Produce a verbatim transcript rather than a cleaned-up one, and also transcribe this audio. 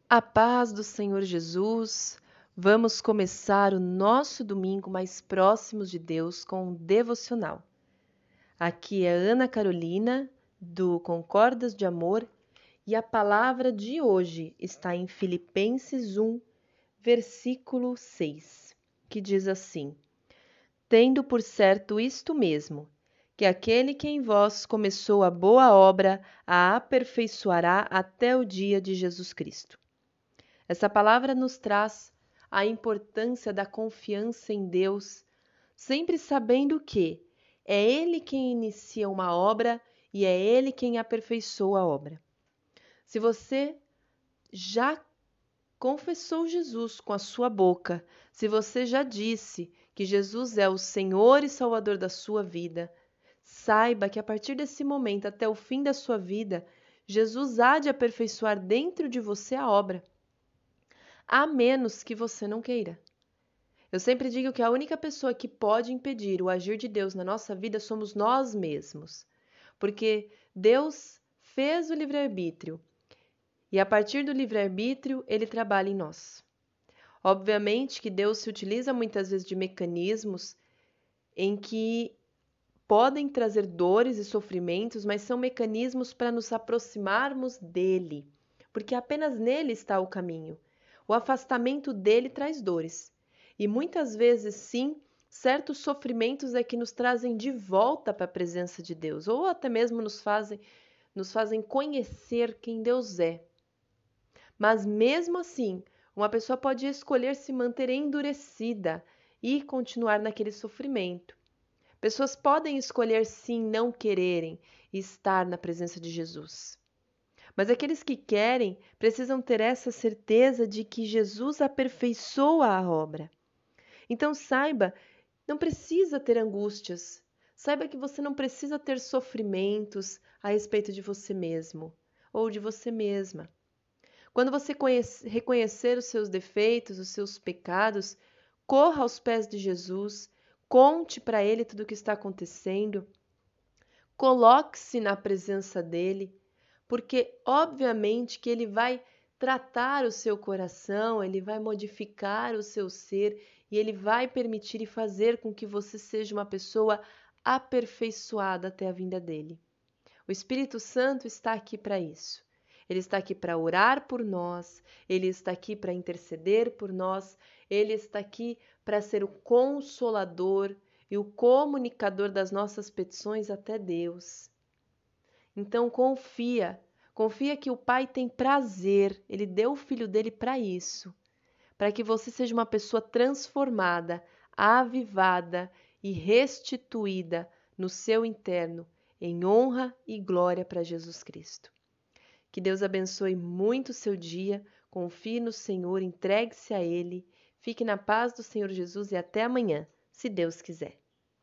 A paz do Senhor Jesus. Vamos começar o nosso domingo mais próximos de Deus com um devocional. Aqui é Ana Carolina, do Concordas de Amor, e a palavra de hoje está em Filipenses um, versículo seis, que diz assim: Tendo por certo isto mesmo, que aquele que em vós começou a boa obra a aperfeiçoará até o dia de Jesus Cristo. Essa palavra nos traz a importância da confiança em Deus, sempre sabendo que é Ele quem inicia uma obra e é Ele quem aperfeiçoa a obra. Se você já confessou Jesus com a sua boca, se você já disse que Jesus é o Senhor e Salvador da sua vida, saiba que a partir desse momento até o fim da sua vida, Jesus há de aperfeiçoar dentro de você a obra. A menos que você não queira. Eu sempre digo que a única pessoa que pode impedir o agir de Deus na nossa vida somos nós mesmos. Porque Deus fez o livre-arbítrio e a partir do livre-arbítrio ele trabalha em nós. Obviamente que Deus se utiliza muitas vezes de mecanismos em que podem trazer dores e sofrimentos, mas são mecanismos para nos aproximarmos dele, porque apenas nele está o caminho. O afastamento dele traz dores. E muitas vezes, sim, certos sofrimentos é que nos trazem de volta para a presença de Deus, ou até mesmo nos fazem, nos fazem conhecer quem Deus é. Mas mesmo assim, uma pessoa pode escolher se manter endurecida e continuar naquele sofrimento. Pessoas podem escolher sim não quererem estar na presença de Jesus. Mas aqueles que querem precisam ter essa certeza de que Jesus aperfeiçoa a obra. Então saiba, não precisa ter angústias. Saiba que você não precisa ter sofrimentos a respeito de você mesmo ou de você mesma. Quando você conhece, reconhecer os seus defeitos, os seus pecados, corra aos pés de Jesus, conte para Ele tudo o que está acontecendo, coloque-se na presença dEle, porque obviamente que Ele vai tratar o seu coração, Ele vai modificar o seu ser e Ele vai permitir e fazer com que você seja uma pessoa aperfeiçoada até a vinda dEle. O Espírito Santo está aqui para isso. Ele está aqui para orar por nós, Ele está aqui para interceder por nós, Ele está aqui para ser o consolador e o comunicador das nossas petições até Deus. Então confia, confia que o Pai tem prazer, Ele deu o Filho dele para isso, para que você seja uma pessoa transformada, avivada e restituída no seu interno, em honra e glória para Jesus Cristo. Que Deus abençoe muito o seu dia, confie no Senhor, entregue-se a Ele, fique na paz do Senhor Jesus e até amanhã, se Deus quiser.